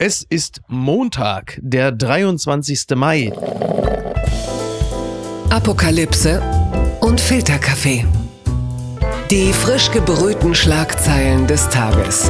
Es ist Montag, der 23. Mai. Apokalypse und Filterkaffee. Die frisch gebrühten Schlagzeilen des Tages.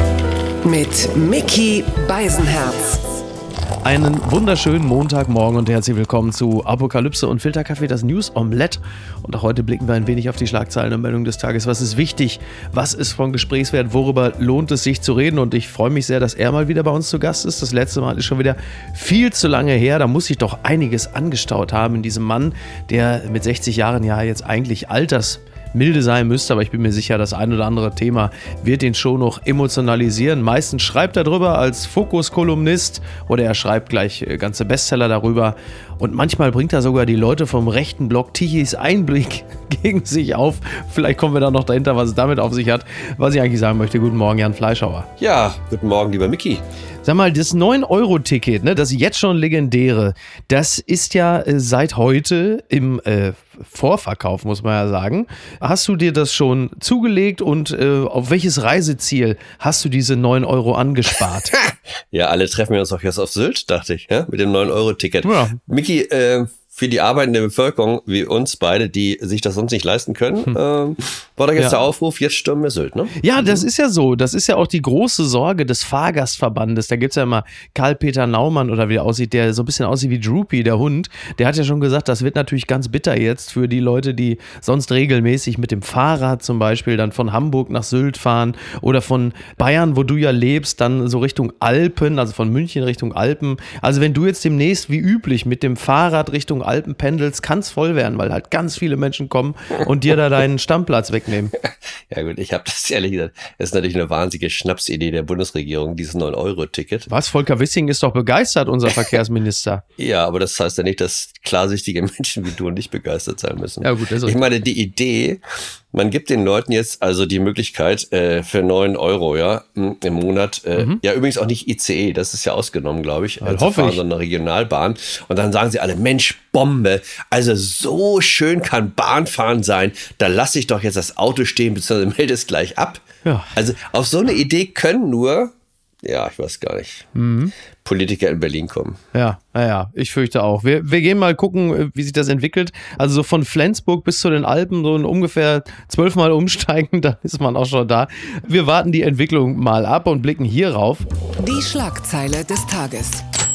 Mit Micky Beisenherz. Einen wunderschönen Montagmorgen und herzlich willkommen zu Apokalypse und Filterkaffee, das News Omelette. Und auch heute blicken wir ein wenig auf die Schlagzeilen und Meldungen des Tages. Was ist wichtig? Was ist von Gesprächswert? Worüber lohnt es sich zu reden? Und ich freue mich sehr, dass er mal wieder bei uns zu Gast ist. Das letzte Mal ist schon wieder viel zu lange her. Da muss sich doch einiges angestaut haben in diesem Mann, der mit 60 Jahren ja jetzt eigentlich milde sein müsste, aber ich bin mir sicher, das ein oder andere Thema wird ihn schon noch emotionalisieren. Meistens schreibt er drüber als Fokus-Kolumnist oder er schreibt gleich ganze Bestseller darüber und manchmal bringt er sogar die Leute vom rechten Block Tichys Einblick gegen sich auf. Vielleicht kommen wir da noch dahinter, was es damit auf sich hat. Was ich eigentlich sagen möchte, guten Morgen, Jan Fleischhauer. Ja, guten Morgen, lieber Micky. Sag mal, das 9-Euro-Ticket, ne, das jetzt schon legendäre, das ist ja seit heute im Vorverkauf, muss man ja sagen. Hast du dir das schon zugelegt und auf welches Reiseziel hast du diese 9 Euro angespart? Ja, alle treffen wir uns doch jetzt auf Sylt, dachte ich, ja, mit dem 9-Euro-Ticket. Ja. Micky, für die arbeitende Bevölkerung, wie uns beide, die sich das sonst nicht leisten können, war da jetzt der Aufruf, jetzt stürmen wir Sylt, ne? Ja, das ist ja so. Das ist ja auch die große Sorge des Fahrgastverbandes. Da gibt's ja immer Karl-Peter Naumann oder wie er aussieht, der so ein bisschen aussieht wie Droopy, der Hund. Der hat ja schon gesagt, das wird natürlich ganz bitter jetzt für die Leute, die sonst regelmäßig mit dem Fahrrad zum Beispiel dann von Hamburg nach Sylt fahren oder von Bayern, wo du ja lebst, dann so Richtung Alpen, also von München Richtung Alpen. Also wenn du jetzt demnächst wie üblich mit dem Fahrrad Richtung Alpen pendelst, kann es voll werden, weil halt ganz viele Menschen kommen und dir da deinen Stammplatz wegnehmen. Ja gut, ich habe das ehrlich gesagt, das ist natürlich eine wahnsinnige Schnapsidee der Bundesregierung, dieses 9-Euro-Ticket. Was? Volker Wissing ist doch begeistert, unser Verkehrsminister. Ja, aber das heißt ja nicht, dass klarsichtige Menschen wie du und ich begeistert sein müssen. Ja gut, das ist ich meine, die Idee, man gibt den Leuten jetzt also die Möglichkeit für 9 Euro im Monat, ja übrigens auch nicht ICE, das ist ja ausgenommen, glaube ich, sondern eine Regionalbahn. Und dann sagen sie alle, Mensch, Bombe, also so schön kann Bahnfahren sein, da lasse ich doch jetzt das Auto stehen, beziehungsweise melde es gleich ab. Ja. Also auf so eine Idee können nur, ja, ich weiß gar nicht, Politiker in Berlin kommen. Ja, naja, ich fürchte auch. Wir gehen mal gucken, wie sich das entwickelt. Also so von Flensburg bis zu den Alpen, so ungefähr 12 Mal umsteigen, dann ist man auch schon da. Wir warten die Entwicklung mal ab und blicken hier rauf. Die Schlagzeile des Tages.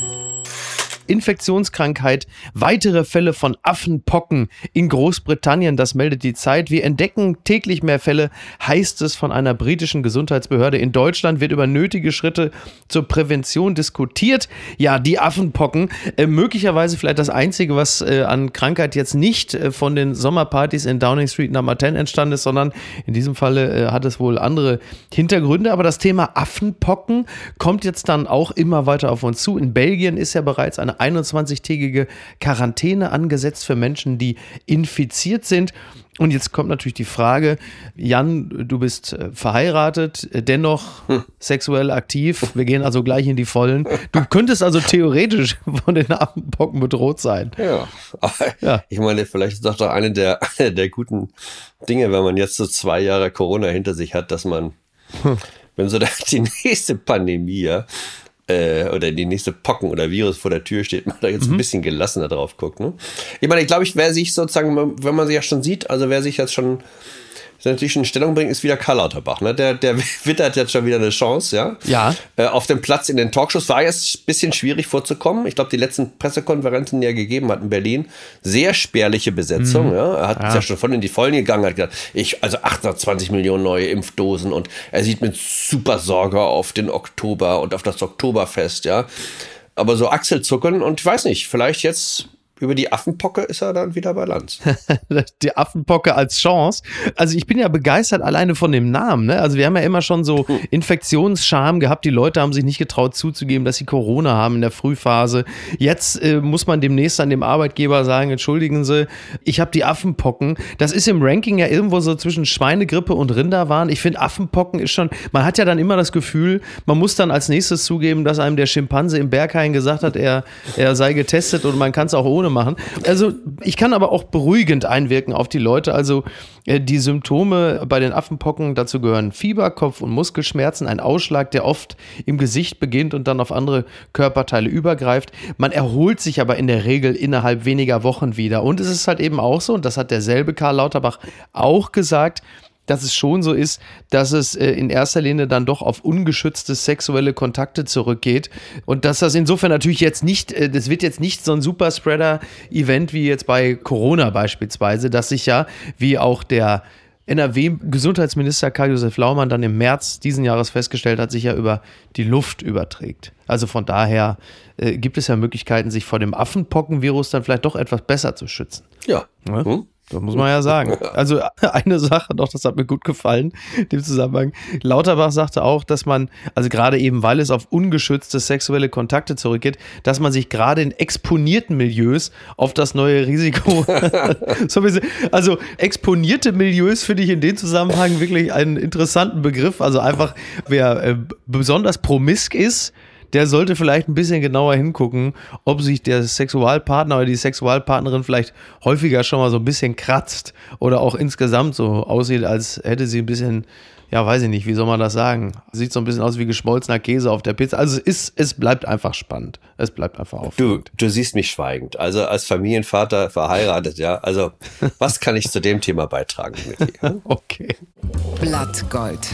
Infektionskrankheit, weitere Fälle von Affenpocken in Großbritannien, das meldet die Zeit. Wir entdecken täglich mehr Fälle, heißt es von einer britischen Gesundheitsbehörde. In Deutschland wird über nötige Schritte zur Prävention diskutiert. Ja, die Affenpocken, möglicherweise vielleicht das Einzige, was an Krankheit jetzt nicht von den Sommerpartys in Downing Street Number 10 entstanden ist, sondern in diesem Falle hat es wohl andere Hintergründe. Aber das Thema Affenpocken kommt jetzt dann auch immer weiter auf uns zu. In Belgien ist ja bereits eine 21-tägige Quarantäne angesetzt für Menschen, die infiziert sind. Und jetzt kommt natürlich die Frage, Jan, du bist verheiratet, dennoch sexuell aktiv. Wir gehen also gleich in die Vollen. Du könntest also theoretisch von den Affenpocken bedroht sein. Ja, aber ich meine, vielleicht ist doch eine der guten Dinge, wenn man jetzt so 2 Jahre Corona hinter sich hat, dass man, wenn so die nächste Pandemie, oder die nächste Pocken oder Virus vor der Tür steht, man da jetzt ein bisschen gelassener drauf guckt. Ne? Ich meine, ich glaube, wer sich sozusagen, wenn man sich ja schon sieht, also wer sich jetzt schon natürlich schon in Stellung bringt, ist wieder Karl Lauterbach. Ne? Der wittert jetzt schon wieder eine Chance. Ja. Auf dem Platz in den Talkshows war jetzt ein bisschen schwierig vorzukommen. Ich glaube, die letzten Pressekonferenzen, die er gegeben hat in Berlin, sehr spärliche Besetzung. Ja? Er hat ja schon voll in die Vollen gegangen, hat gesagt, also 820 Millionen neue Impfdosen und er sieht mit super Sorge auf den Oktober und auf das Oktoberfest. Ja, aber so Achselzucken und ich weiß nicht, vielleicht jetzt über die Affenpocke ist er dann wieder bei Lanz. Die Affenpocke als Chance. Also ich bin ja begeistert alleine von dem Namen. Ne? Also wir haben ja immer schon so Infektionsscham gehabt. Die Leute haben sich nicht getraut zuzugeben, dass sie Corona haben in der Frühphase. Jetzt muss man demnächst an dem Arbeitgeber sagen, entschuldigen Sie, ich habe die Affenpocken. Das ist im Ranking ja irgendwo so zwischen Schweinegrippe und Rinderwahn. Ich finde Affenpocken ist schon, man hat ja dann immer das Gefühl, man muss dann als nächstes zugeben, dass einem der Schimpanse im Berghain gesagt hat, er sei getestet und man kann es auch ohne Laune machen. Also ich kann aber auch beruhigend einwirken auf die Leute. Also die Symptome bei den Affenpocken, dazu gehören Fieber, Kopf- und Muskelschmerzen, ein Ausschlag, der oft im Gesicht beginnt und dann auf andere Körperteile übergreift. Man erholt sich aber in der Regel innerhalb weniger Wochen wieder. Und es ist halt eben auch so, und das hat derselbe Karl Lauterbach auch gesagt, dass es schon so ist, dass es in erster Linie dann doch auf ungeschützte sexuelle Kontakte zurückgeht und dass das insofern natürlich jetzt nicht, das wird jetzt nicht so ein Superspreader-Event wie jetzt bei Corona beispielsweise, dass sich ja, wie auch der NRW-Gesundheitsminister Karl-Josef Laumann dann im März diesen Jahres festgestellt hat, sich ja über die Luft überträgt. Also von daher gibt es ja Möglichkeiten, sich vor dem Affenpockenvirus dann vielleicht doch etwas besser zu schützen. Ja. Das muss man ja sagen. Also eine Sache noch, das hat mir gut gefallen, in dem Zusammenhang. Lauterbach sagte auch, dass man, also gerade eben, weil es auf ungeschützte sexuelle Kontakte zurückgeht, dass man sich gerade in exponierten Milieus auf das neue Risiko, also exponierte Milieus finde ich in dem Zusammenhang wirklich einen interessanten Begriff. Also einfach, wer besonders promisk ist, der sollte vielleicht ein bisschen genauer hingucken, ob sich der Sexualpartner oder die Sexualpartnerin vielleicht häufiger schon mal so ein bisschen kratzt oder auch insgesamt so aussieht, als hätte sie ein bisschen, ja, weiß ich nicht, wie soll man das sagen? Sieht so ein bisschen aus wie geschmolzener Käse auf der Pizza. Also es bleibt einfach spannend. Es bleibt einfach aufregend. Du siehst mich schweigend. Also als Familienvater verheiratet, ja. Also was kann ich zu dem Thema beitragen, Micky? Okay. Blattgold.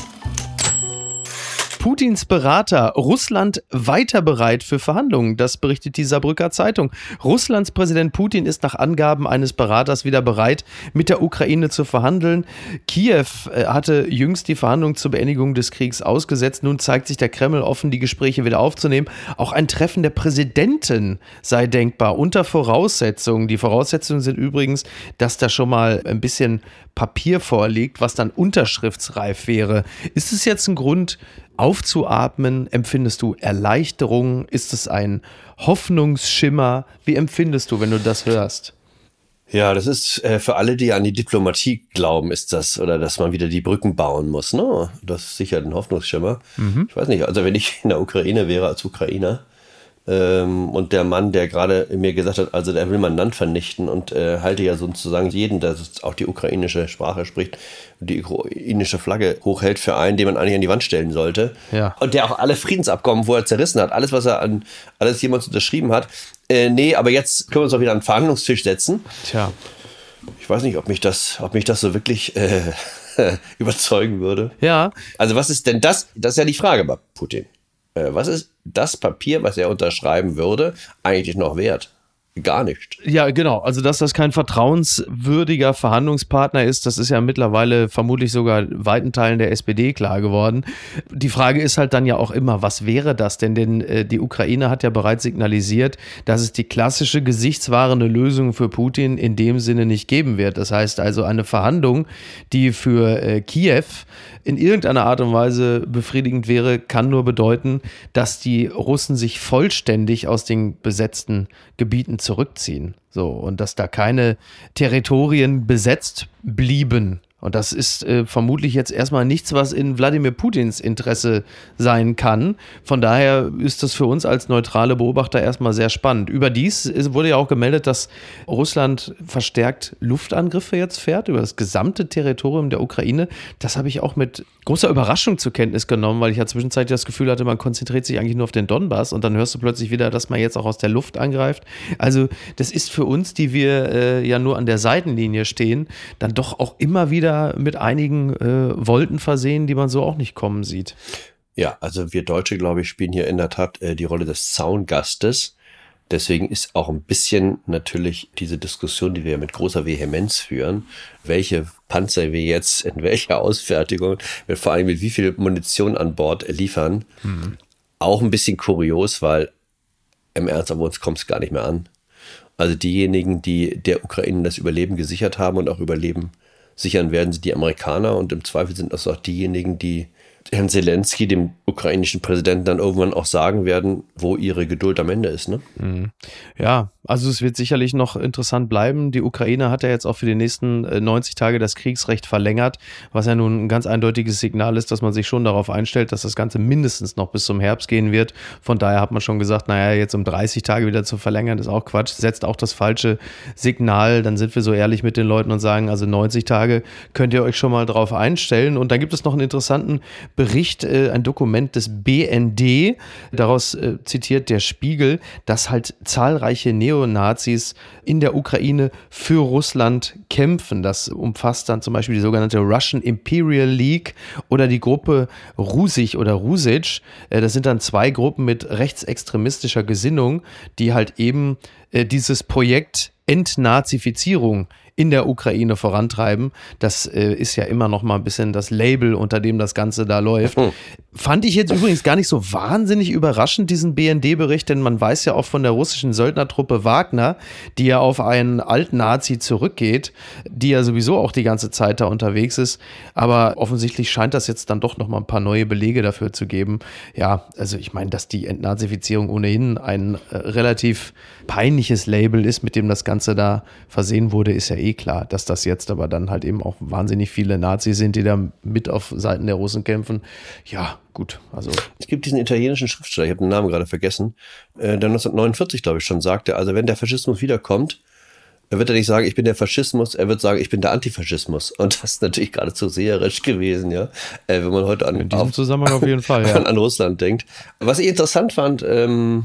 Putins Berater, Russland weiter bereit für Verhandlungen. Das berichtet die Saarbrücker Zeitung. Russlands Präsident Putin ist nach Angaben eines Beraters wieder bereit, mit der Ukraine zu verhandeln. Kiew hatte jüngst die Verhandlungen zur Beendigung des Kriegs ausgesetzt. Nun zeigt sich der Kreml offen, die Gespräche wieder aufzunehmen. Auch ein Treffen der Präsidenten sei denkbar, unter Voraussetzungen. Die Voraussetzungen sind übrigens, dass da schon mal ein bisschen Papier vorliegt, was dann unterschriftsreif wäre. Ist es jetzt ein Grund, aufzuatmen? Empfindest du Erleichterung? Ist es ein Hoffnungsschimmer? Wie empfindest du, wenn du das hörst? Ja, das ist für alle, die an die Diplomatie glauben, ist das, oder dass man wieder die Brücken bauen muss, ne? Das ist sicher ein Hoffnungsschimmer. Ich weiß nicht, also wenn ich in der Ukraine wäre als Ukrainer, und der Mann, der gerade mir gesagt hat, also der will mein Land vernichten und halte ja sozusagen jeden, der auch die ukrainische Sprache spricht, die ukrainische Flagge hochhält für einen, den man eigentlich an die Wand stellen sollte. Ja. Und der auch alle Friedensabkommen, wo er zerrissen hat, alles, was er an alles jemals unterschrieben hat. Nee, aber jetzt können wir uns auch wieder an den Verhandlungstisch setzen. Tja. Ich weiß nicht, ob mich das so wirklich überzeugen würde. Ja. Also was ist denn das? Das ist ja die Frage bei Putin. Was ist das Papier, was er unterschreiben würde, eigentlich noch wert? Gar nicht. Ja, genau. Also, dass das kein vertrauenswürdiger Verhandlungspartner ist, das ist ja mittlerweile vermutlich sogar weiten Teilen der SPD klar geworden. Die Frage ist halt dann ja auch immer, was wäre das denn? Denn die Ukraine hat ja bereits signalisiert, dass es die klassische gesichtswahrende Lösung für Putin in dem Sinne nicht geben wird. Das heißt also, eine Verhandlung, die für Kiew in irgendeiner Art und Weise befriedigend wäre, kann nur bedeuten, dass die Russen sich vollständig aus den besetzten Gebieten zurückziehen. So, und dass da keine Territorien besetzt blieben. Und das ist vermutlich jetzt erstmal nichts, was in Wladimir Putins Interesse sein kann. Von daher ist das für uns als neutrale Beobachter erstmal sehr spannend. Überdies wurde ja auch gemeldet, dass Russland verstärkt Luftangriffe jetzt fährt über das gesamte Territorium der Ukraine. Das habe ich auch mit großer Überraschung zur Kenntnis genommen, weil ich ja zwischenzeitlich das Gefühl hatte, man konzentriert sich eigentlich nur auf den Donbass und dann hörst du plötzlich wieder, dass man jetzt auch aus der Luft angreift. Also das ist für uns, die wir ja nur an der Seitenlinie stehen, dann doch auch immer wieder mit einigen Wolten versehen, die man so auch nicht kommen sieht. Ja, also wir Deutsche, glaube ich, spielen hier in der Tat die Rolle des Zaungastes. Deswegen ist auch ein bisschen natürlich diese Diskussion, die wir mit großer Vehemenz führen, welche Panzer wir jetzt in welcher Ausfertigung, vor allem mit wie viel Munition an Bord liefern, auch ein bisschen kurios, weil im Ernst auf uns kommt es gar nicht mehr an. Also diejenigen, die der Ukraine das Überleben gesichert haben und auch Überleben sichern werden, sind die Amerikaner und im Zweifel sind das auch diejenigen, die Herrn Zelensky, dem ukrainischen Präsidenten, dann irgendwann auch sagen werden, wo ihre Geduld am Ende ist. Ne? Ja, also es wird sicherlich noch interessant bleiben. Die Ukraine hat ja jetzt auch für die nächsten 90 Tage das Kriegsrecht verlängert, was ja nun ein ganz eindeutiges Signal ist, dass man sich schon darauf einstellt, dass das Ganze mindestens noch bis zum Herbst gehen wird. Von daher hat man schon gesagt, naja, jetzt um 30 Tage wieder zu verlängern, ist auch Quatsch, setzt auch das falsche Signal. Dann sind wir so ehrlich mit den Leuten und sagen, also 90 Tage könnt ihr euch schon mal drauf einstellen. Und dann gibt es noch einen interessanten Bericht, ein Dokument des BND, daraus zitiert der Spiegel, dass halt zahlreiche Neonazis in der Ukraine für Russland kämpfen. Das umfasst dann zum Beispiel die sogenannte Russian Imperial League oder die Gruppe Rusich oder Rusic. Das sind dann zwei Gruppen mit rechtsextremistischer Gesinnung, die halt eben dieses Projekt Entnazifizierung in der Ukraine vorantreiben. Das ist ja immer noch mal ein bisschen das Label, unter dem das Ganze da läuft. Fand ich jetzt übrigens gar nicht so wahnsinnig überraschend, diesen BND-Bericht, denn man weiß ja auch von der russischen Söldnertruppe Wagner, die ja auf einen Alt-Nazi zurückgeht, die ja sowieso auch die ganze Zeit da unterwegs ist. Aber offensichtlich scheint das jetzt dann doch noch mal ein paar neue Belege dafür zu geben. Ja, also ich meine, dass die Entnazifizierung ohnehin ein relativ peinliches Label ist, mit dem das Ganze da versehen wurde, ist ja eh klar, dass das jetzt aber dann halt eben auch wahnsinnig viele Nazis sind, die da mit auf Seiten der Russen kämpfen. Ja, gut, also. Es gibt diesen italienischen Schriftsteller, ich habe den Namen gerade vergessen, der 1949, glaube ich, schon sagte, also wenn der Faschismus wiederkommt, wird er nicht sagen, ich bin der Faschismus, er wird sagen, ich bin der Antifaschismus. Und das ist natürlich geradezu seherisch gewesen, ja, wenn man heute in diesem Zusammenhang auf jeden Fall, ja. an Russland denkt. Was ich interessant fand, am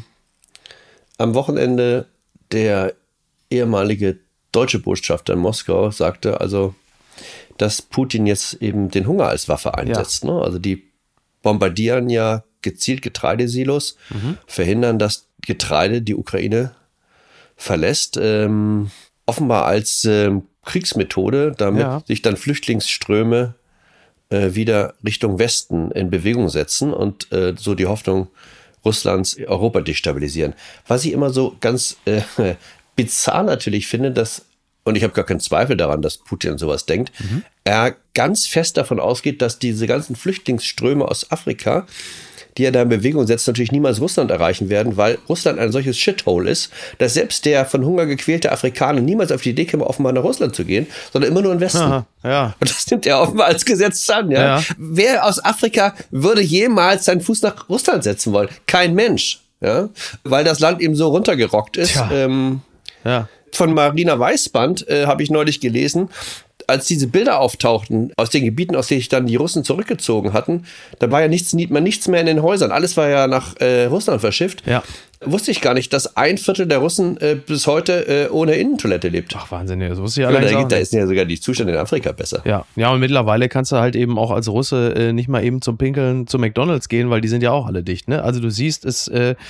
Wochenende der ehemalige deutsche Botschafter in Moskau sagte also, dass Putin jetzt eben den Hunger als Waffe einsetzt. Ja. Ne? Also die bombardieren ja gezielt Getreidesilos, verhindern, dass Getreide die Ukraine verlässt, offenbar als Kriegsmethode, damit sich dann Flüchtlingsströme wieder Richtung Westen in Bewegung setzen und so die Hoffnung Russlands Europa destabilisieren. Was ich immer so ganz bizarr natürlich finde, dass, und ich habe gar keinen Zweifel daran, dass Putin sowas denkt, er ganz fest davon ausgeht, dass diese ganzen Flüchtlingsströme aus Afrika, die er da in Bewegung setzt, natürlich niemals Russland erreichen werden, weil Russland ein solches Shithole ist, dass selbst der von Hunger gequälte Afrikaner niemals auf die Idee käme, offenbar nach Russland zu gehen, sondern immer nur in den Westen. Aha, ja. Und das nimmt er offenbar als Gesetz an. Ja? Wer aus Afrika würde jemals seinen Fuß nach Russland setzen wollen? Kein Mensch. Ja? Weil das Land eben so runtergerockt ist. Von Marina Weißband habe ich neulich gelesen, als diese Bilder auftauchten aus den Gebieten, aus denen sich dann die Russen zurückgezogen hatten, da war ja nichts mehr in den Häusern. Alles war ja nach Russland verschifft. Ja. Wusste ich gar nicht, dass 1/4 der Russen bis heute ohne Innentoilette lebt. Ach, Wahnsinn, das wusste ich allerdings auch. Da ist ja sogar die Zustände in Afrika besser. Ja, und mittlerweile kannst du halt eben auch als Russe nicht mal eben zum Pinkeln zu McDonald's gehen, weil die sind ja auch alle dicht. Ne? Also du siehst es,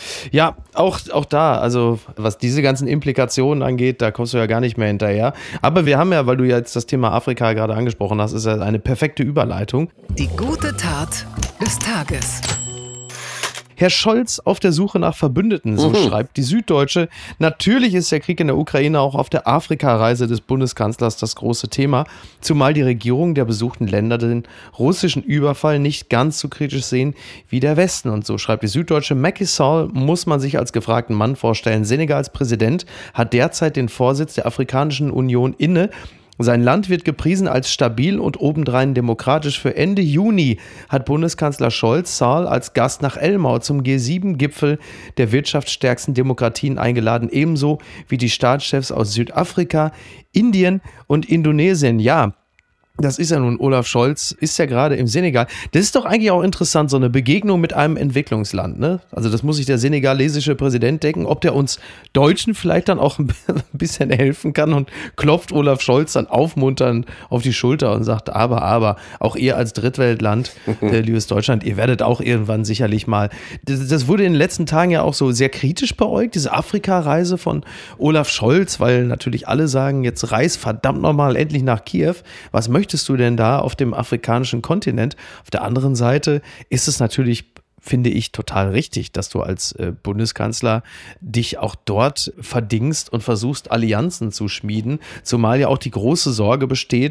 auch da, also was diese ganzen Implikationen angeht, da kommst du ja gar nicht mehr hinterher. Aber wir haben ja, weil du jetzt das Thema Afrika gerade angesprochen hast, ist ja eine perfekte Überleitung. Die gute Tat des Tages. Herr Scholz auf der Suche nach Verbündeten, so schreibt die Süddeutsche. Natürlich ist der Krieg in der Ukraine auch auf der Afrika-Reise des Bundeskanzlers das große Thema, zumal die Regierungen der besuchten Länder den russischen Überfall nicht ganz so kritisch sehen wie der Westen. Und so schreibt die Süddeutsche, Macky Sall muss man sich als gefragten Mann vorstellen. Senegals Präsident hat derzeit den Vorsitz der Afrikanischen Union inne. Sein Land wird gepriesen als stabil und obendrein demokratisch. Für Ende Juni hat Bundeskanzler Scholz Sall als Gast nach Elmau zum G7-Gipfel der wirtschaftsstärksten Demokratien eingeladen, ebenso wie die Staatschefs aus Südafrika, Indien und Indonesien. Ja, das ist ja nun, Olaf Scholz ist ja gerade im Senegal. Das ist doch eigentlich auch interessant, so eine Begegnung mit einem Entwicklungsland, ne? Also das muss sich der senegalesische Präsident denken, ob der uns Deutschen vielleicht dann auch ein bisschen helfen kann, und klopft Olaf Scholz dann aufmunternd auf die Schulter und sagt, aber, auch ihr als Drittweltland, liebes Deutschland, ihr werdet auch irgendwann sicherlich mal, das wurde in den letzten Tagen ja auch so sehr kritisch beäugt, diese Afrika-Reise von Olaf Scholz, weil natürlich alle sagen, jetzt reis verdammt nochmal endlich nach Kiew. Was möchtest du denn da auf dem afrikanischen Kontinent? Auf der anderen Seite ist es natürlich, finde ich, total richtig, dass du als Bundeskanzler dich auch dort verdingst und versuchst, Allianzen zu schmieden, zumal ja auch die große Sorge besteht,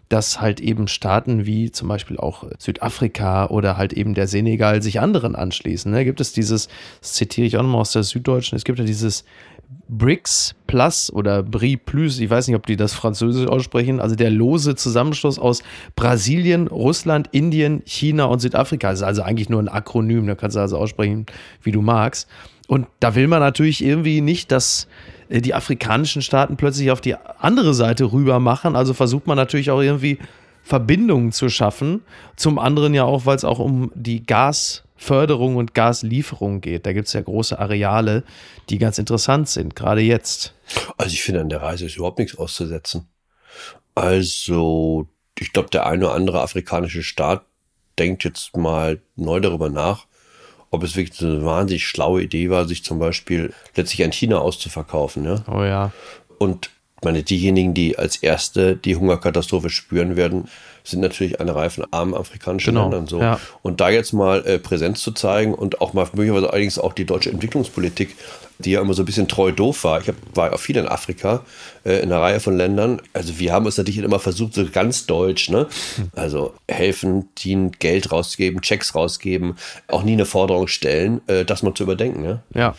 dass halt eben Staaten wie zum Beispiel auch Südafrika oder halt eben der Senegal sich anderen anschließen. Da gibt es dieses, das zitiere ich auch nochmal aus der Süddeutschen, es gibt ja dieses BRICS Plus oder BRI Plus, ich weiß nicht, ob die das französisch aussprechen, also der lose Zusammenschluss aus Brasilien, Russland, Indien, China und Südafrika. Das ist also eigentlich nur ein Akronym, da kannst du also aussprechen, wie du magst. Und da will man natürlich irgendwie nicht, dass die afrikanischen Staaten plötzlich auf die andere Seite rüber machen, also versucht man natürlich auch irgendwie Verbindungen zu schaffen. Zum anderen ja auch, weil es auch um die Gasförderung und Gaslieferung geht. Da gibt es ja große Areale, die ganz interessant sind, gerade jetzt. Also ich finde, an der Reise ist überhaupt nichts auszusetzen. Also ich glaube, der eine oder andere afrikanische Staat denkt jetzt mal neu darüber nach, ob es wirklich eine wahnsinnig schlaue Idee war, sich zum Beispiel letztlich an China auszuverkaufen. Ja? Oh ja. Und ich meine, diejenigen, die als Erste die Hungerkatastrophe spüren werden, sind natürlich eine Reihe von armen afrikanischen Ländern so. Ja. Und da jetzt mal Präsenz zu zeigen und auch mal möglicherweise allerdings auch die deutsche Entwicklungspolitik, die ja immer so ein bisschen treu doof war. War auch viel in Afrika, in einer Reihe von Ländern. Also wir haben uns natürlich immer versucht, so ganz deutsch, ne? Also helfen, dienen, Geld rausgeben, Checks rausgeben, auch nie eine Forderung stellen, das mal zu überdenken. Ja. Ja.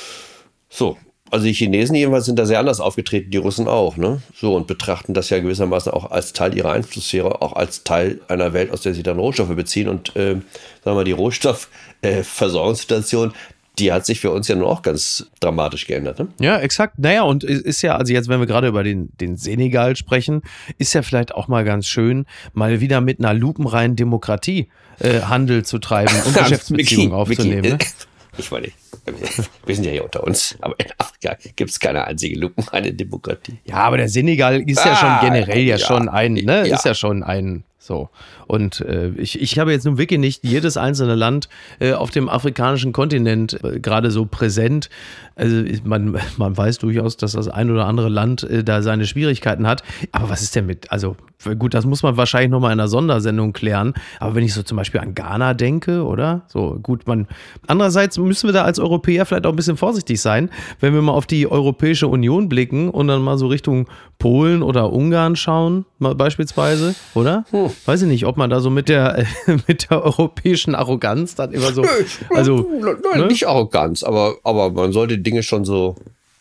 So. Also die Chinesen jedenfalls sind da sehr anders aufgetreten, die Russen auch, ne? So, und betrachten das ja gewissermaßen auch als Teil ihrer Einflusssphäre, auch als Teil einer Welt, aus der sie dann Rohstoffe beziehen. Und sagen wir mal, die Rohstoffversorgungssituation, die hat sich für uns ja nun auch ganz dramatisch geändert, ne? Ja, exakt. Naja, und ist ja, also jetzt, wenn wir gerade über den Senegal sprechen, ist ja vielleicht auch mal ganz schön, mal wieder mit einer lupenreinen Demokratie Handel zu treiben und Geschäftsbeziehungen aufzunehmen. Ne? Ich meine, wir sind ja hier unter uns, aber in Afrika gibt es keine einzige lupenreine Demokratie. Ja, aber der Senegal ist ja schon generell schon ein, ne? Ja. Ist ja schon ein so. Und ich habe jetzt nun wirklich nicht jedes einzelne Land auf dem afrikanischen Kontinent gerade so präsent. Also man weiß durchaus, dass das ein oder andere Land da seine Schwierigkeiten hat. Aber was ist denn mit, also gut, das muss man wahrscheinlich nochmal in einer Sondersendung klären. Aber wenn ich so zum Beispiel an Ghana denke, oder? So gut, andererseits müssen wir da als Europäer vielleicht auch ein bisschen vorsichtig sein, wenn wir mal auf die Europäische Union blicken und dann mal so Richtung Polen oder Ungarn schauen, mal beispielsweise, oder? Weiß ich nicht, ob man da so mit der europäischen Arroganz dann immer so. Nein, nicht Arroganz, aber man sollte Dinge schon so.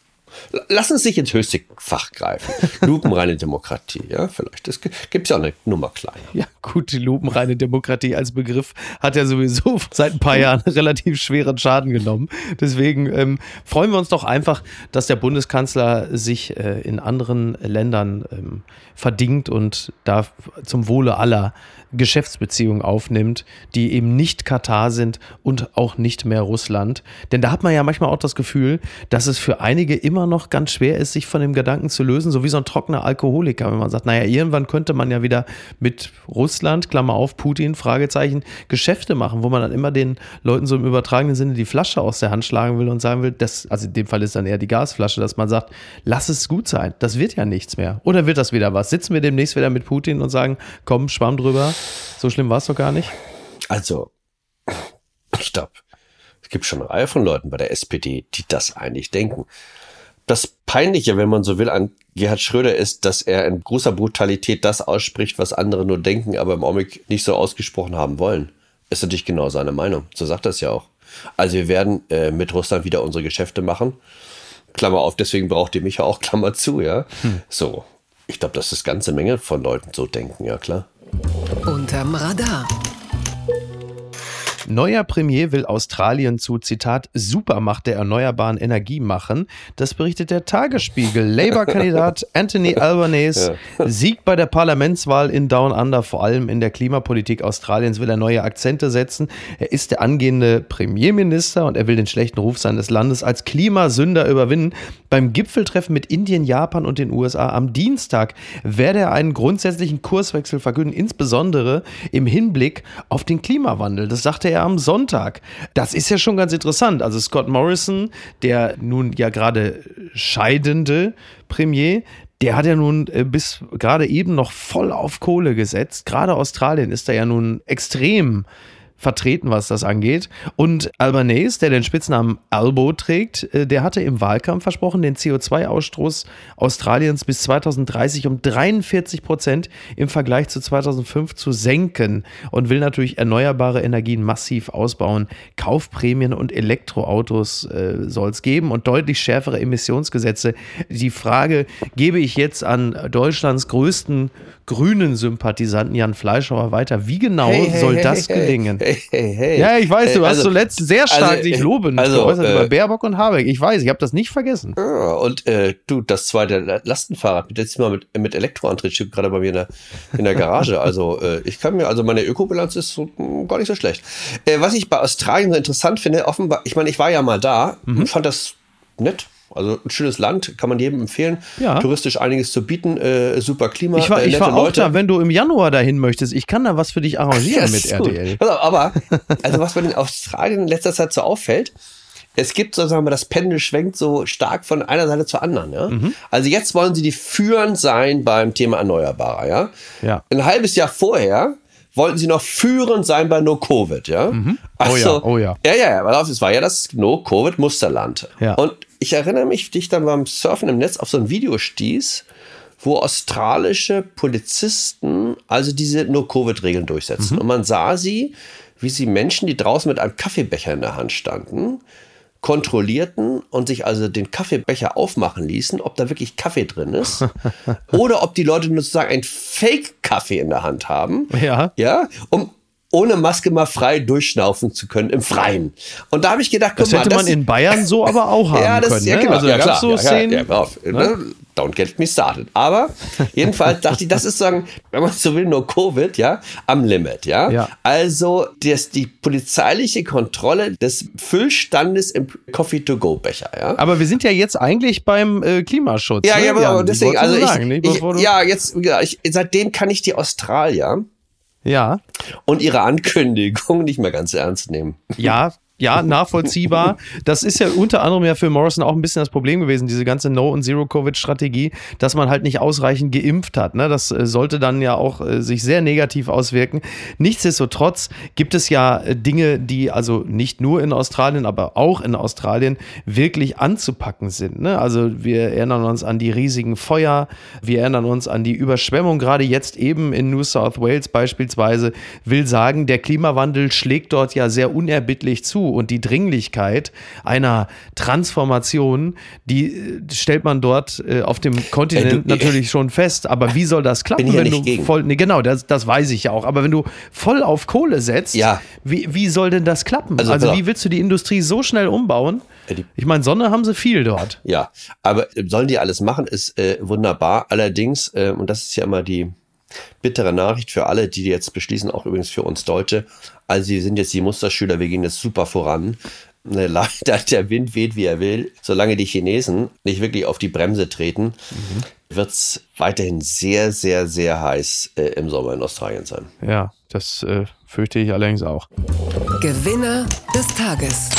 Lass uns nicht ins höchste Fach greifen. Lupenreine Demokratie, ja, vielleicht. Das gibt es ja auch eine Nummer kleiner. Ja, gut, die lupenreine Demokratie als Begriff hat ja sowieso seit ein paar Jahren relativ schweren Schaden genommen. Deswegen freuen wir uns doch einfach, dass der Bundeskanzler sich in anderen Ländern verdingt und da zum Wohle aller Geschäftsbeziehungen aufnimmt, die eben nicht Katar sind und auch nicht mehr Russland. Denn da hat man ja manchmal auch das Gefühl, dass es für einige immer noch ganz schwer ist, sich von dem Gedanken zu lösen, so wie so ein trockener Alkoholiker, wenn man sagt, naja, irgendwann könnte man ja wieder mit Russland, Klammer auf, Putin, Fragezeichen, Geschäfte machen, wo man dann immer den Leuten so im übertragenen Sinne die Flasche aus der Hand schlagen will und sagen will, also in dem Fall ist dann eher die Gasflasche, dass man sagt, lass es gut sein, das wird ja nichts mehr. Oder wird das wieder was? Sitzen wir demnächst wieder mit Putin und sagen, komm, Schwamm drüber, so schlimm war es doch gar nicht? Also, ich glaube, es gibt schon eine Reihe von Leuten bei der SPD, die das eigentlich denken. Das Peinliche, wenn man so will, an Gerhard Schröder ist, dass er in großer Brutalität das ausspricht, was andere nur denken, aber im Augenblick nicht so ausgesprochen haben wollen. Ist natürlich genau seine Meinung. So sagt er es ja auch. Also wir werden mit Russland wieder unsere Geschäfte machen. Klammer auf, deswegen braucht ihr mich ja auch, Klammer zu, ja. So, ich glaube, dass das ganze Menge von Leuten so denken, ja klar. Unterm Radar. Neuer Premier will Australien zu, Zitat, Supermacht der erneuerbaren Energie machen. Das berichtet der Tagesspiegel. Labour-Kandidat Anthony Albanese siegt bei der Parlamentswahl in Down Under. Vor allem in der Klimapolitik Australiens will er neue Akzente setzen. Er ist der angehende Premierminister und er will den schlechten Ruf seines Landes als Klimasünder überwinden. Beim Gipfeltreffen mit Indien, Japan und den USA am Dienstag werde er einen grundsätzlichen Kurswechsel verkünden, insbesondere im Hinblick auf den Klimawandel. Das sagte er am Sonntag. Das ist ja schon ganz interessant. Also Scott Morrison, der nun ja gerade scheidende Premier, der hat ja nun bis gerade eben noch voll auf Kohle gesetzt. Gerade Australien ist da ja nun extrem vertreten, was das angeht. Und Albanese, der den Spitznamen Albo trägt, der hatte im Wahlkampf versprochen, den CO2-Ausstoß Australiens bis 2030 um 43% im Vergleich zu 2005 zu senken und will natürlich erneuerbare Energien massiv ausbauen. Kaufprämien und Elektroautos soll es geben und deutlich schärfere Emissionsgesetze. Die Frage gebe ich jetzt an Deutschlands größten grünen Sympathisanten Jan Fleischhauer weiter. Wie genau soll das gelingen? Ja, ich weiß, du hast zuletzt sehr stark sich lobend geäußert über Baerbock und Habeck. Ich weiß, ich habe das nicht vergessen. Und du, das zweite Lastenfahrrad, letztes Mal mit Elektroantrieb steht gerade bei mir in der Garage. Also meine Ökobilanz ist so, gar nicht so schlecht. Was ich bei Australien so interessant finde, offenbar, ich meine, ich war ja mal da, fand das nett. Also ein schönes Land, kann man jedem empfehlen. Ja. Touristisch einiges zu bieten, super Klima, ich war auch Leute. Da, wenn du im Januar dahin möchtest. Ich kann da was für dich arrangieren mit RTL. Aber, also was mir in Australien in letzter Zeit so auffällt, es gibt sozusagen, das Pendel schwenkt so stark von einer Seite zur anderen. Ja? Also jetzt wollen sie die führend sein beim Thema Erneuerbarer. Ja? Ein halbes Jahr vorher wollten sie noch führend sein bei No-Covid. Ja? Oh ja. Ja, es war ja das No-Covid-Musterland. Ja. Und ich erinnere mich, wie ich dann beim Surfen im Netz auf so ein Video stieß, wo australische Polizisten also diese No-Covid-Regeln durchsetzen. Und man sah sie, wie sie Menschen, die draußen mit einem Kaffeebecher in der Hand standen, kontrollierten und sich also den Kaffeebecher aufmachen ließen, ob da wirklich Kaffee drin ist oder ob die Leute nur sozusagen einen Fake-Kaffee in der Hand haben, um ohne Maske mal frei durchschnaufen zu können im Freien. Und da habe ich gedacht, das hätte man in Bayern so aber auch haben können. Ja, genau. Also da gab es so Szenen. Don't get me started. Aber jedenfalls dachte ich, das ist sagen, wenn man so will, nur Covid, am Limit, ja. Also die polizeiliche Kontrolle des Füllstandes im Coffee-to-go-Becher, ja. Aber wir sind ja jetzt eigentlich beim Klimaschutz. Ja, aber deswegen, also seitdem kann ich die Australier und ihre Ankündigung nicht mehr ganz ernst nehmen. Ja, nachvollziehbar. Das ist ja unter anderem ja für Morrison auch ein bisschen das Problem gewesen, diese ganze No- und Zero-Covid-Strategie, dass man halt nicht ausreichend geimpft hat. Ne? Das sollte dann ja auch sich sehr negativ auswirken. Nichtsdestotrotz gibt es ja Dinge, die also nicht nur in Australien, aber auch in Australien wirklich anzupacken sind. Ne? Also wir erinnern uns an die riesigen Feuer, wir erinnern uns an die Überschwemmung, gerade jetzt eben in New South Wales beispielsweise, will sagen, der Klimawandel schlägt dort ja sehr unerbittlich zu. Und die Dringlichkeit einer Transformation, die stellt man dort auf dem Kontinent natürlich schon fest. Aber wie soll das klappen, wenn du voll. Nee, genau, das weiß ich ja auch. Aber wenn du voll auf Kohle setzt, wie soll denn das klappen? Also wie willst du die Industrie so schnell umbauen? Ich meine, Sonne haben sie viel dort. Ja, aber sollen die alles machen, ist wunderbar. Allerdings, und das ist ja immer die bittere Nachricht für alle, die jetzt beschließen, auch übrigens für uns Deutsche. Also sie sind jetzt die Musterschüler, wir gehen jetzt super voran. Leider, der Wind weht, wie er will. Solange die Chinesen nicht wirklich auf die Bremse treten, wird es weiterhin sehr, sehr, sehr heiß im Sommer in Australien sein. Ja, das fürchte ich allerdings auch. Gewinner des Tages.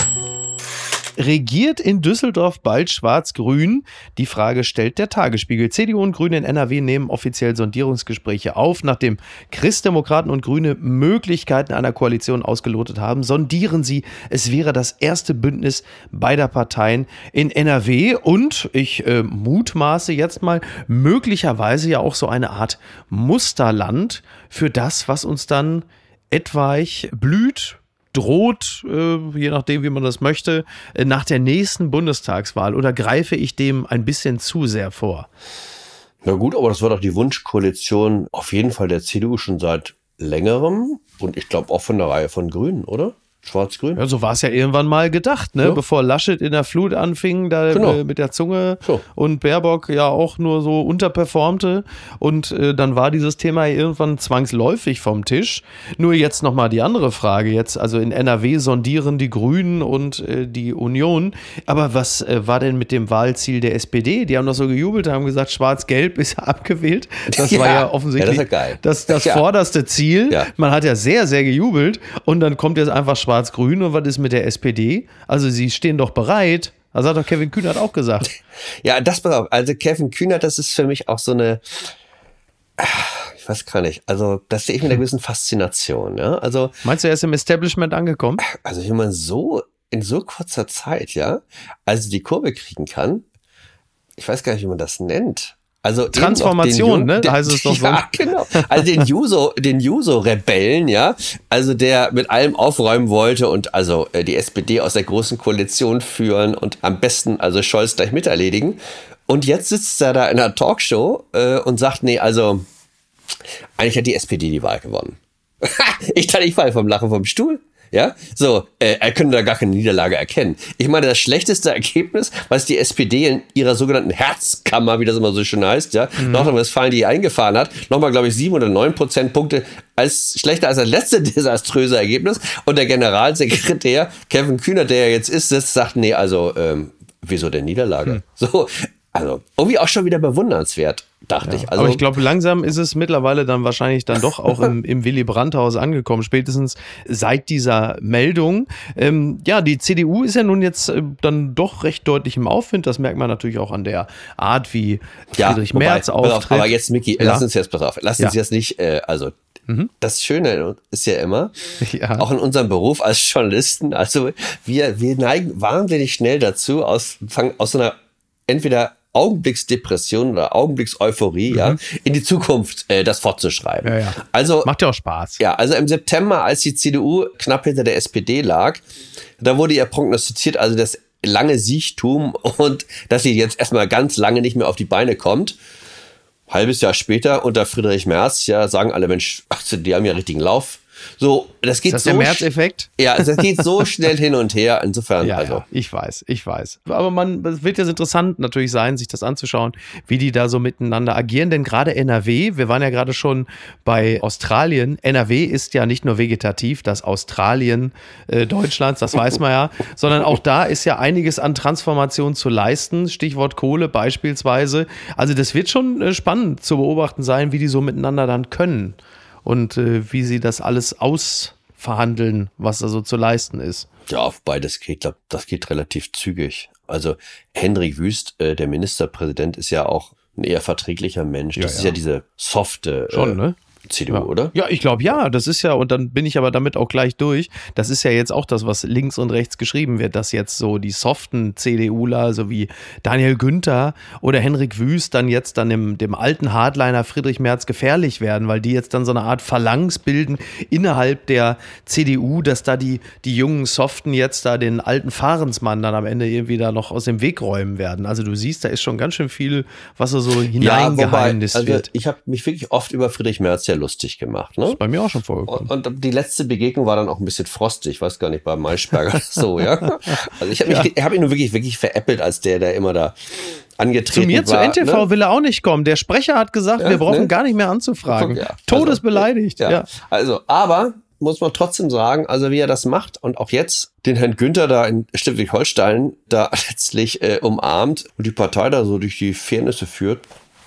Regiert in Düsseldorf bald Schwarz-Grün? Die Frage stellt der Tagesspiegel. CDU und Grüne in NRW nehmen offiziell Sondierungsgespräche auf. Nachdem Christdemokraten und Grüne Möglichkeiten einer Koalition ausgelotet haben, sondieren sie. Es wäre das erste Bündnis beider Parteien in NRW und ich mutmaße jetzt mal, möglicherweise ja auch so eine Art Musterland für das, was uns dann etwaig blüht, droht, je nachdem, wie man das möchte, nach der nächsten Bundestagswahl? Oder greife ich dem ein bisschen zu sehr vor? Na gut, aber das war doch die Wunschkoalition auf jeden Fall der CDU schon seit längerem und ich glaube auch von der Reihe von Grünen, oder? Schwarz-Grün? Ja, so war es ja irgendwann mal gedacht, ne? Ja. Bevor Laschet in der Flut anfing, da mit der Zunge und Baerbock ja auch nur so unterperformte und dann war dieses Thema irgendwann zwangsläufig vom Tisch. Nur jetzt nochmal die andere Frage, jetzt also in NRW sondieren die Grünen und die Union, aber was war denn mit dem Wahlziel der SPD? Die haben doch so gejubelt, haben gesagt, Schwarz-Gelb ist abgewählt. Das war ja offensichtlich das vorderste Ziel. Ja. Man hat ja sehr, sehr gejubelt und dann kommt jetzt einfach Schwarz-Grün und was ist mit der SPD? Also sie stehen doch bereit. Das hat doch Kevin Kühnert auch gesagt. Ja, pass auf. Also Kevin Kühnert, das ist für mich auch so eine, weiß gar nicht. Also das sehe ich mit einer gewissen Faszination. Ja? Also, meinst du, er ist im Establishment angekommen? Also wenn man so in so kurzer Zeit, ja, also die Kurve kriegen kann, ich weiß gar nicht, wie man das nennt. Also Transformation, ne? Heißt es doch so. Ja, genau. Also den Juso-Rebellen, ja, also der mit allem aufräumen wollte und also die SPD aus der großen Koalition führen und am besten also Scholz gleich miterledigen. Und jetzt sitzt er da in einer Talkshow und sagt, nee, also eigentlich hat die SPD die Wahl gewonnen. Ich falle vom Lachen vom Stuhl. Ja, so, er könnte da gar keine Niederlage erkennen. Ich meine, das schlechteste Ergebnis, was die SPD in ihrer sogenannten Herzkammer, wie das immer so schön heißt, ja, Nordrhein-Westfalen, die eingefahren hat, nochmal, glaube ich, 7 oder 9 Prozentpunkte schlechter als das letzte desaströse Ergebnis. Und der Generalsekretär Kevin Kühnert, der ja jetzt ist, sagt, nee, also, wieso denn Niederlage? So, also, irgendwie auch schon wieder bewundernswert, dachte ich. Also, aber ich glaube, langsam ist es mittlerweile dann wahrscheinlich dann doch auch im Willy Brandt-Haus angekommen, spätestens seit dieser Meldung. Die CDU ist ja nun jetzt dann doch recht deutlich im Aufwind. Das merkt man natürlich auch an der Art, wie Friedrich Merz auftritt. Aber jetzt, Micky, lass uns jetzt nicht, das Schöne ist ja immer, auch in unserem Beruf als Journalisten, also wir neigen wahnsinnig schnell dazu, aus so einer entweder Augenblicksdepression oder Augenblickseuphorie, in die Zukunft das fortzuschreiben. Ja. Also, macht ja auch Spaß. Ja, also im September, als die CDU knapp hinter der SPD lag, da wurde ja prognostiziert, also das lange Siechtum und dass sie jetzt erstmal ganz lange nicht mehr auf die Beine kommt. Halbes Jahr später unter Friedrich Merz, sagen alle, Mensch, die haben ja richtigen Lauf. So, das geht ist das so. Der Merz-Effekt? Ja, das geht so schnell hin und her. Insofern, Ja, ich weiß. Aber es wird jetzt interessant natürlich sein, sich das anzuschauen, wie die da so miteinander agieren. Denn gerade NRW, wir waren ja gerade schon bei Australien. NRW ist ja nicht nur vegetativ, das Australien Deutschlands, das weiß man ja, sondern auch da ist ja einiges an Transformation zu leisten. Stichwort Kohle beispielsweise. Also das wird schon spannend zu beobachten sein, wie die so miteinander dann können. Und wie sie das alles ausverhandeln, was da so zu leisten ist. Ja, wobei das geht relativ zügig. Also Hendrik Wüst, der Ministerpräsident, ist ja auch ein eher verträglicher Mensch. Das ist ja diese softe schon, ne? CDU, oder? Ja, ich glaube, ja, das ist ja, und dann bin ich aber damit auch gleich durch, das ist ja jetzt auch das, was links und rechts geschrieben wird, dass jetzt so die soften CDUler, so wie Daniel Günther oder Hendrik Wüst dann jetzt dann dem alten Hardliner Friedrich Merz gefährlich werden, weil die jetzt dann so eine Art Phalanx bilden innerhalb der CDU, dass da die jungen Soften jetzt da den alten Fahrensmann dann am Ende irgendwie da noch aus dem Weg räumen werden. Also du siehst, da ist schon ganz schön viel, was so hineingeheimnist wird. Ich habe mich wirklich oft über Friedrich Merz ja lustig gemacht. Ne? Das ist bei mir auch schon vorgekommen. Und die letzte Begegnung war dann auch ein bisschen frostig, ich weiß gar nicht, bei Maischberger so, ja. Also ich habe ihn nur wirklich veräppelt, als der immer da angetreten war. Zu mir, zu NTV, will er auch nicht kommen. Der Sprecher hat gesagt, wir brauchen gar nicht mehr anzufragen. Ja. Todesbeleidigt. Ja. Also, aber muss man trotzdem sagen, also wie er das macht und auch jetzt den Herrn Günther da in Schleswig-Holstein da letztlich umarmt und die Partei da so durch die Fairnisse führt,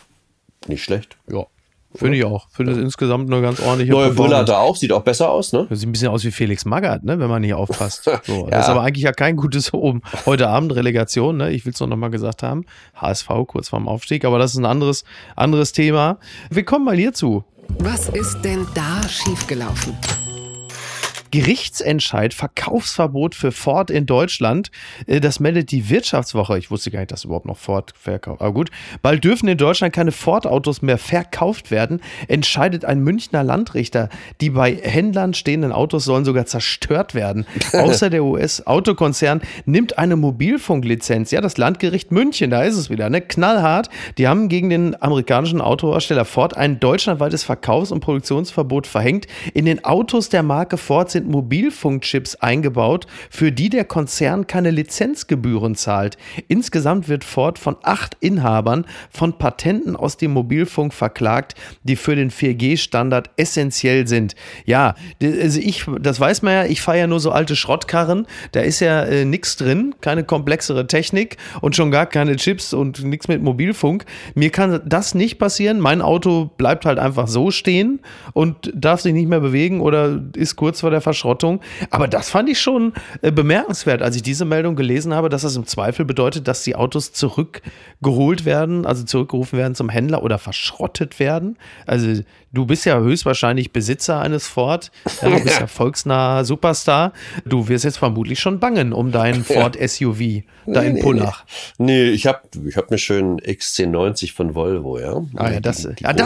nicht schlecht. Ja. Finde ich auch. Finde es insgesamt eine ganz ordentliche Neue Brille hat er auch, sieht auch besser aus, ne? Sieht ein bisschen aus wie Felix Magath, ne, wenn man nicht aufpasst. So, das ist aber eigentlich ja kein gutes heute Abend Relegation, ne? Ich will es noch mal gesagt haben. HSV kurz vorm Aufstieg, aber das ist ein anderes Thema. Wir kommen mal hierzu. Was ist denn da schiefgelaufen? Gerichtsentscheid, Verkaufsverbot für Ford in Deutschland. Das meldet die Wirtschaftswoche. Ich wusste gar nicht, dass überhaupt noch Ford verkauft. Aber gut. Bald dürfen in Deutschland keine Ford-Autos mehr verkauft werden, entscheidet ein Münchner Landrichter. Die bei Händlern stehenden Autos sollen sogar zerstört werden. Außer der US-Autokonzern nimmt eine Mobilfunklizenz. Ja, das Landgericht München, da ist es wieder, ne? Knallhart. Die haben gegen den amerikanischen Autohersteller Ford ein deutschlandweites Verkaufs- und Produktionsverbot verhängt. In den Autos der Marke Ford sind Mobilfunkchips eingebaut, für die der Konzern keine Lizenzgebühren zahlt. Insgesamt wird Ford von 8 Inhabern von Patenten aus dem Mobilfunk verklagt, die für den 4G-Standard essentiell sind. Ja, also das weiß man ja, ich fahre ja nur so alte Schrottkarren, da ist ja nichts drin, keine komplexere Technik und schon gar keine Chips und nichts mit Mobilfunk. Mir kann das nicht passieren, mein Auto bleibt halt einfach so stehen und darf sich nicht mehr bewegen oder ist kurz vor der Verschrottung. Aber das fand ich schon bemerkenswert, als ich diese Meldung gelesen habe, dass das im Zweifel bedeutet, dass die Autos zurückgeholt werden, also zurückgerufen werden zum Händler oder verschrottet werden. Also Du bist ja höchstwahrscheinlich Besitzer eines Ford. Ja, du bist ja volksnaher Superstar. Du wirst jetzt vermutlich schon bangen um deinen Ford SUV, deinen Pullach. Nee, ich hab einen schönen XC90 von Volvo, ja. Das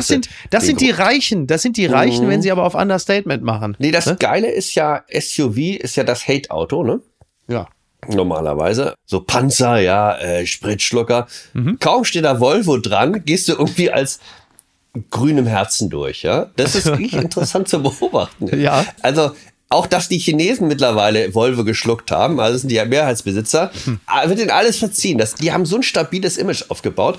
sind die Reichen. Das sind die Reichen, wenn sie aber auf Understatement machen. Nee, das Geile ist ja, SUV ist ja das Hate-Auto, ne? Ja. Normalerweise. So Panzer, ja, Spritschlucker. Kaum steht da Volvo dran, gehst du irgendwie als grünem Herzen durch, ja. Das ist wirklich interessant zu beobachten. Ja. Also auch, dass die Chinesen mittlerweile Volvo geschluckt haben, also das sind die Mehrheitsbesitzer, wird ihnen alles verziehen. Die haben so ein stabiles Image aufgebaut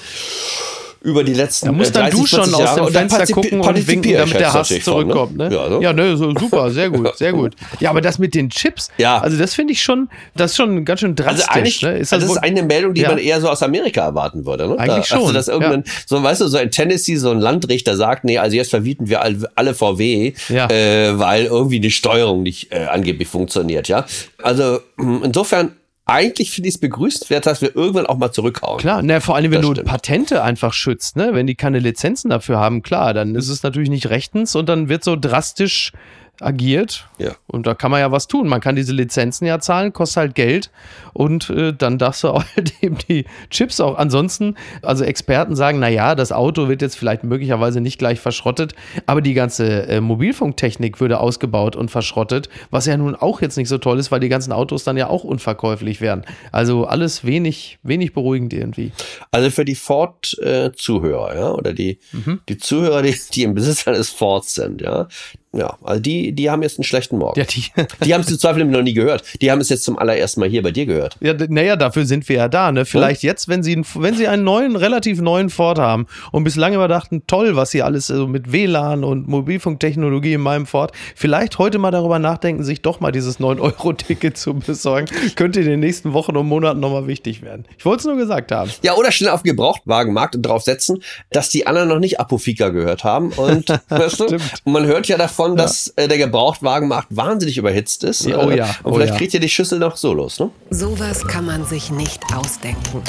über die letzten 30, dann du schon aus dem Fenster gucken und winken, damit der Hass zurückkommt. Ne? So. Super, sehr gut, sehr gut. Ja, aber das mit den Chips, also das finde ich schon, das ist schon ganz schön drastisch. Also eigentlich, ne? das ist eine Meldung, die man eher so aus Amerika erwarten würde. Ne? Eigentlich schon. Also, dass irgendein, so, weißt du, so in Tennessee so ein Landrichter sagt, nee, also jetzt verbieten wir alle VW, weil irgendwie die Steuerung nicht angeblich funktioniert, ja. Also insofern, eigentlich finde ich es begrüßenswert, dass wir irgendwann auch mal zurückhauen. Klar, vor allem, wenn du Patente einfach schützt, ne? Wenn die keine Lizenzen dafür haben, klar, dann ist es natürlich nicht rechtens und dann wird so drastisch agiert. Ja. Und da kann man ja was tun. Man kann diese Lizenzen ja zahlen, kostet halt Geld und dann darfst du halt eben die Chips auch. Ansonsten, also Experten sagen, naja, das Auto wird jetzt vielleicht möglicherweise nicht gleich verschrottet, aber die ganze Mobilfunktechnik würde ausgebaut und verschrottet, was ja nun auch jetzt nicht so toll ist, weil die ganzen Autos dann ja auch unverkäuflich werden. Also alles wenig beruhigend irgendwie. Also für die Ford-Zuhörer, ja, oder die Zuhörer, die im Besitz eines Fords sind, ja, also die haben jetzt einen schlechten Morgen. Ja, die haben es im Zweifel noch nie gehört. Die haben es jetzt zum allerersten Mal hier bei dir gehört. Ja, naja, dafür sind wir ja da. Ne? Vielleicht jetzt, wenn sie einen relativ neuen Ford haben und bislang immer dachten, toll, was hier alles so mit WLAN und Mobilfunktechnologie in meinem Ford, vielleicht heute mal darüber nachdenken, sich doch mal dieses 9-Euro-Ticket zu besorgen. Könnte in den nächsten Wochen und Monaten nochmal wichtig werden. Ich wollte es nur gesagt haben. Ja, oder schnell auf den Gebrauchtwagenmarkt und drauf setzen, dass die anderen noch nicht Apofika gehört haben. Und weißt du, und man hört ja davon, dass der Gebrauchtwagenmarkt wahnsinnig überhitzt ist. Und vielleicht kriegt ihr die Schüssel noch so los, ne? Sowas kann man sich nicht ausdenken.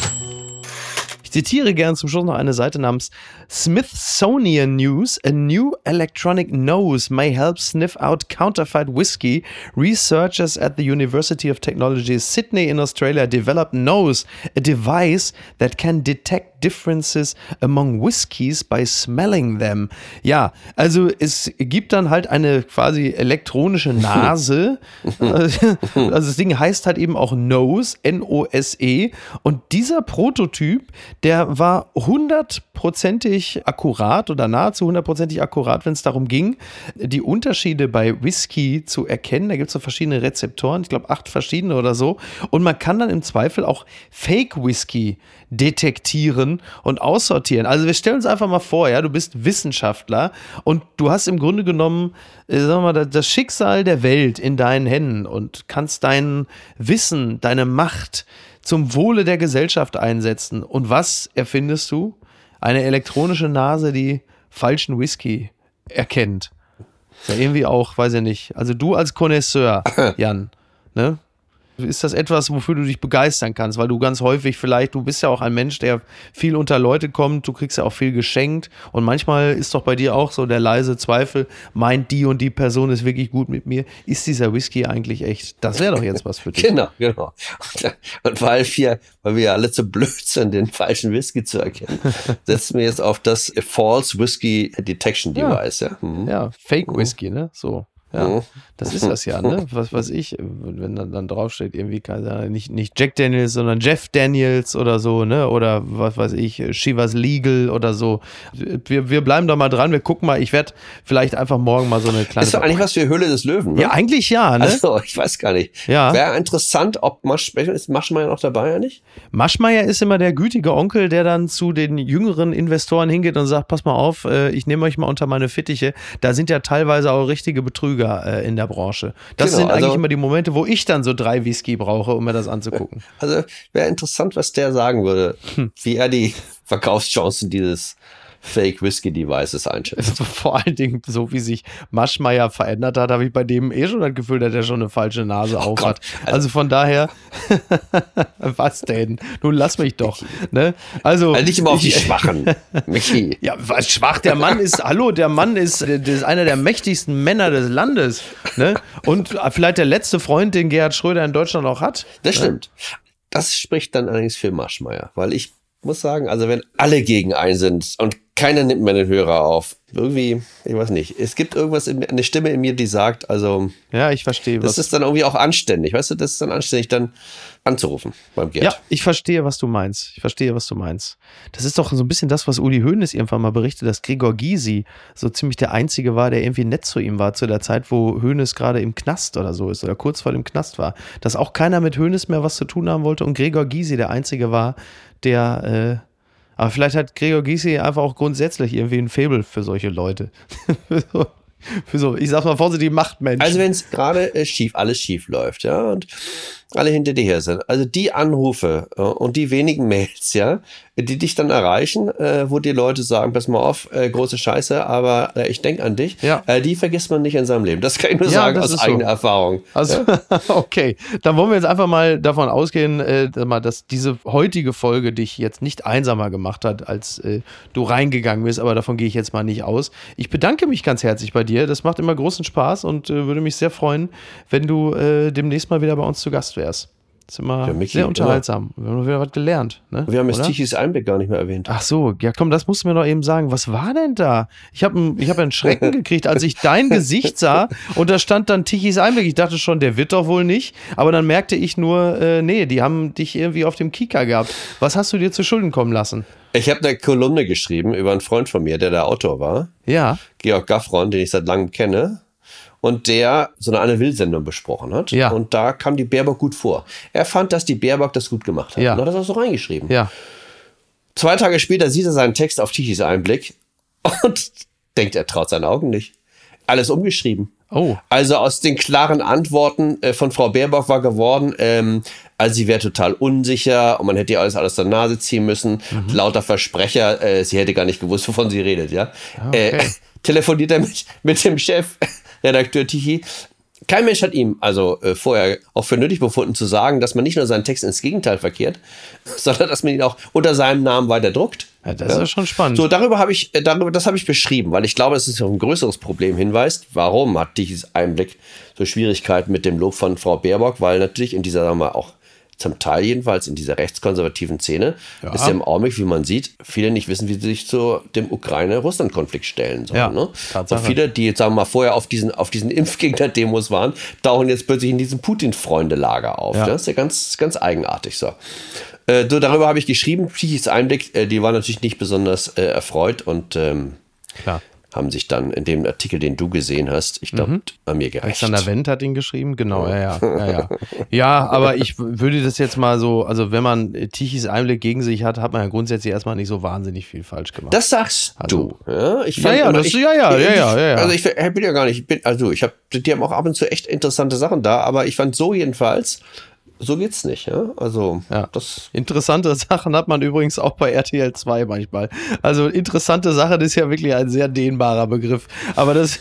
Ich zitiere gern zum Schluss noch eine Seite namens Smithsonian News. A new electronic nose may help sniff out counterfeit whiskey. Researchers at the University of Technology Sydney in Australia developed Nose, a device that can detect differences among whiskies by smelling them. Ja, also es gibt dann halt eine quasi elektronische Nase. Also das Ding heißt halt eben auch Nose, N-O-S-E. Und dieser Prototyp, der war 100%ig akkurat oder nahezu 100%ig akkurat, wenn es darum ging, die Unterschiede bei Whisky zu erkennen. Da gibt es so verschiedene Rezeptoren, ich glaube 8 verschiedene oder so. Und man kann dann im Zweifel auch Fake-Whisky detektieren und aussortieren. Also wir stellen uns einfach mal vor, ja, du bist Wissenschaftler und du hast im Grunde genommen, sagen wir mal, das Schicksal der Welt in deinen Händen und kannst dein Wissen, deine Macht zum Wohle der Gesellschaft einsetzen. Und was erfindest du? Eine elektronische Nase, die falschen Whisky erkennt. Ja, irgendwie auch, weiß ich nicht. Also du als Connoisseur, Jan, ne? Ist das etwas, wofür du dich begeistern kannst? Weil du ganz häufig vielleicht, du bist ja auch ein Mensch, der viel unter Leute kommt, du kriegst ja auch viel geschenkt und manchmal ist doch bei dir auch so der leise Zweifel, meint die und die Person ist wirklich gut mit mir, ist dieser Whisky eigentlich echt? Das wäre doch jetzt was für dich. Genau. Und weil wir ja alle zu blöd sind, den falschen Whisky zu erkennen, setzen wir jetzt auf das False Whisky Detection Device. Ja, Fake Whisky, ne? So. Ja, das ist das ja, ne? Was weiß ich, wenn dann draufsteht, irgendwie, nicht Jack Daniels, sondern Jeff Daniels oder so, ne? Oder was weiß ich, Chivas Legal oder so. Wir bleiben da mal dran, wir gucken mal, ich werde vielleicht einfach morgen mal so eine kleine... Ist doch eigentlich was für Höhle des Löwen, ne? Ja, eigentlich ja, ne? Also, ich weiß gar nicht. Ja. Wäre interessant, ob ist Maschmeyer noch dabei oder nicht? Maschmeyer ist immer der gütige Onkel, der dann zu den jüngeren Investoren hingeht und sagt, pass mal auf, ich nehme euch mal unter meine Fittiche. Da sind ja teilweise auch richtige Betrüger in der Branche. Das sind eigentlich immer die Momente, wo ich dann so 3 Whisky brauche, um mir das anzugucken. Also wäre interessant, was der sagen würde, wie er die Verkaufschancen dieses Fake-Whisky-Devices einschätzt. Vor allen Dingen, so wie sich Maschmeyer verändert hat, habe ich bei dem schon das Gefühl, dass er schon eine falsche Nase auf hat. Also von daher, was denn? Nun lass mich doch. Ne? Also nicht immer auf die Schwachen, Michi. Ja, was schwach? Der Mann ist einer der mächtigsten Männer des Landes. Ne? Und vielleicht der letzte Freund, den Gerhard Schröder in Deutschland auch hat. Das stimmt. Das spricht dann allerdings für Maschmeyer, weil ich muss sagen, also wenn alle gegen einen sind und keiner nimmt mehr den Hörer auf, irgendwie, ich weiß nicht, es gibt irgendwas, eine Stimme in mir, die sagt, also ja, ich verstehe. Das ist dann irgendwie auch anständig, weißt du, das ist dann anständig, dann anzurufen beim Gerd. Ja, ich verstehe, was du meinst. Das ist doch so ein bisschen das, was Uli Hoeneß irgendwann mal berichtet, dass Gregor Gysi so ziemlich der Einzige war, der irgendwie nett zu ihm war, zu der Zeit, wo Hoeneß gerade im Knast oder so ist oder kurz vor dem Knast war. Dass auch keiner mit Hoeneß mehr was zu tun haben wollte und Gregor Gysi der Einzige war, der aber vielleicht hat Gregor Gysi einfach auch grundsätzlich irgendwie ein Faible für solche Leute. Für so, ich sag mal vorsichtig, Machtmenschen. Also wenn es gerade alles schief läuft, ja, und alle hinter dir her sind. Also die Anrufe und die wenigen Mails, ja, die dich dann erreichen, wo die Leute sagen, pass mal auf, große Scheiße, aber ich denke an dich, ja. Die vergisst man nicht in seinem Leben. Das kann ich nur sagen aus eigener Erfahrung. Also, ja? Okay, dann wollen wir jetzt einfach mal davon ausgehen, dass diese heutige Folge dich jetzt nicht einsamer gemacht hat, als du reingegangen bist, aber davon gehe ich jetzt mal nicht aus. Ich bedanke mich ganz herzlich bei dir, das macht immer großen Spaß und würde mich sehr freuen, wenn du demnächst mal wieder bei uns zu Gast wärst. Das ist immer sehr unterhaltsam. Ja. Wir haben wieder was gelernt. Ne? Wir haben jetzt Tichys Einblick gar nicht mehr erwähnt. Ach so, ja komm, das musst du mir doch eben sagen. Was war denn da? Ich hab einen Schrecken gekriegt, als ich dein Gesicht sah und da stand dann Tichys Einblick. Ich dachte schon, der wird doch wohl nicht. Aber dann merkte ich nur, nee, die haben dich irgendwie auf dem Kika gehabt. Was hast du dir zu Schulden kommen lassen? Ich habe eine Kolumne geschrieben über einen Freund von mir, der Autor war. Ja. Georg Gaffron, den ich seit langem kenne. Und der so eine Anne-Will-Sendung besprochen hat. Ja. Und da kam die Baerbock gut vor. Er fand, dass die Baerbock das gut gemacht hat. Ja. Und hat das auch so reingeschrieben. Ja. 2 Tage später sieht er seinen Text auf Tichys Einblick und denkt, er traut seinen Augen nicht. Alles umgeschrieben. Oh. Also aus den klaren Antworten von Frau Baerbock war geworden, also sie wäre total unsicher und man hätte ihr alles aus der Nase ziehen müssen. Lauter Versprecher, sie hätte gar nicht gewusst, wovon sie redet. Ja. Okay. Telefoniert er mit dem Chef, Redakteur Tichy. Kein Mensch hat ihm also vorher auch für nötig befunden zu sagen, dass man nicht nur seinen Text ins Gegenteil verkehrt, sondern dass man ihn auch unter seinem Namen weiter druckt. Ja, das ist ja schon spannend. So, das habe ich beschrieben, weil ich glaube, dass es auf ein größeres Problem hinweist. Warum hat Tichys Einblick so Schwierigkeiten mit dem Lob von Frau Baerbock? Weil natürlich in dieser, sagen wir mal, auch zum Teil jedenfalls in dieser rechtskonservativen Szene ist ja im Augenblick, wie man sieht, viele nicht wissen, wie sie sich zu dem Ukraine-Russland-Konflikt stellen sollen. Ja, ne? Und viele, die jetzt sagen wir mal vorher auf diesen Impfgegner-Demos waren, tauchen jetzt plötzlich in diesem Putin-Freunde-Lager auf. Ja. Das ist ja ganz, ganz eigenartig so. Darüber habe ich geschrieben. Tichys Einblick, die war natürlich nicht besonders erfreut und klar. Haben sich dann in dem Artikel, den du gesehen hast, ich glaube, an mir gerecht. Alexander Wendt hat ihn geschrieben, genau, ja. Ja, aber ich würde das jetzt mal so, also wenn man Tichys Einblick gegen sich hat, hat man ja grundsätzlich erstmal nicht so wahnsinnig viel falsch gemacht. Das sagst du. Ja, ich fand Also ich bin ja gar nicht, die haben auch ab und zu echt interessante Sachen da, aber ich fand so jedenfalls, so geht's nicht, ja. Also, das. Interessante Sachen hat man übrigens auch bei RTL 2 manchmal. Also, interessante Sachen ist ja wirklich ein sehr dehnbarer Begriff. Aber das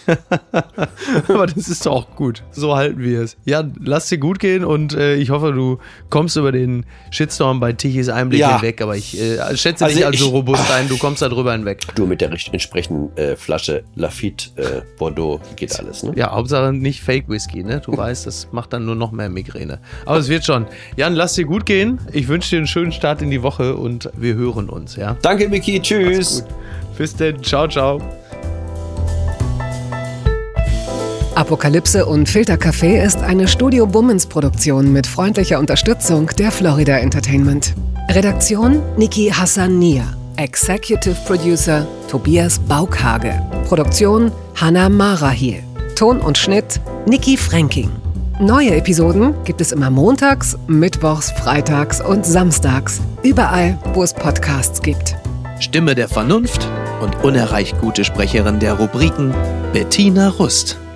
ist doch auch gut. So halten wir es. Ja, lass dir gut gehen und ich hoffe, du kommst über den Shitstorm bei Tichys Einblick hinweg. Aber ich schätze dich als so robust ein, du kommst da drüber hinweg. Du mit der entsprechenden Flasche Lafite Bordeaux geht alles, ne? Ja, Hauptsache nicht Fake Whisky, ne? Du weißt, das macht dann nur noch mehr Migräne. Aber es wird schon. Jan, lass dir gut gehen. Ich wünsche dir einen schönen Start in die Woche und wir hören uns, ja? Danke, Miki. Tschüss. Bis denn. Ciao, ciao. Apokalypse und Filtercafé ist eine Studio Bummens Produktion mit freundlicher Unterstützung der Florida Entertainment. Redaktion Niki Hassania. Executive Producer Tobias Baukhage. Produktion Hannah Marahiel. Ton und Schnitt Niki Fränking. Neue Episoden gibt es immer montags, mittwochs, freitags und samstags. Überall, wo es Podcasts gibt. Stimme der Vernunft und unerreicht gute Sprecherin der Rubriken Bettina Rust.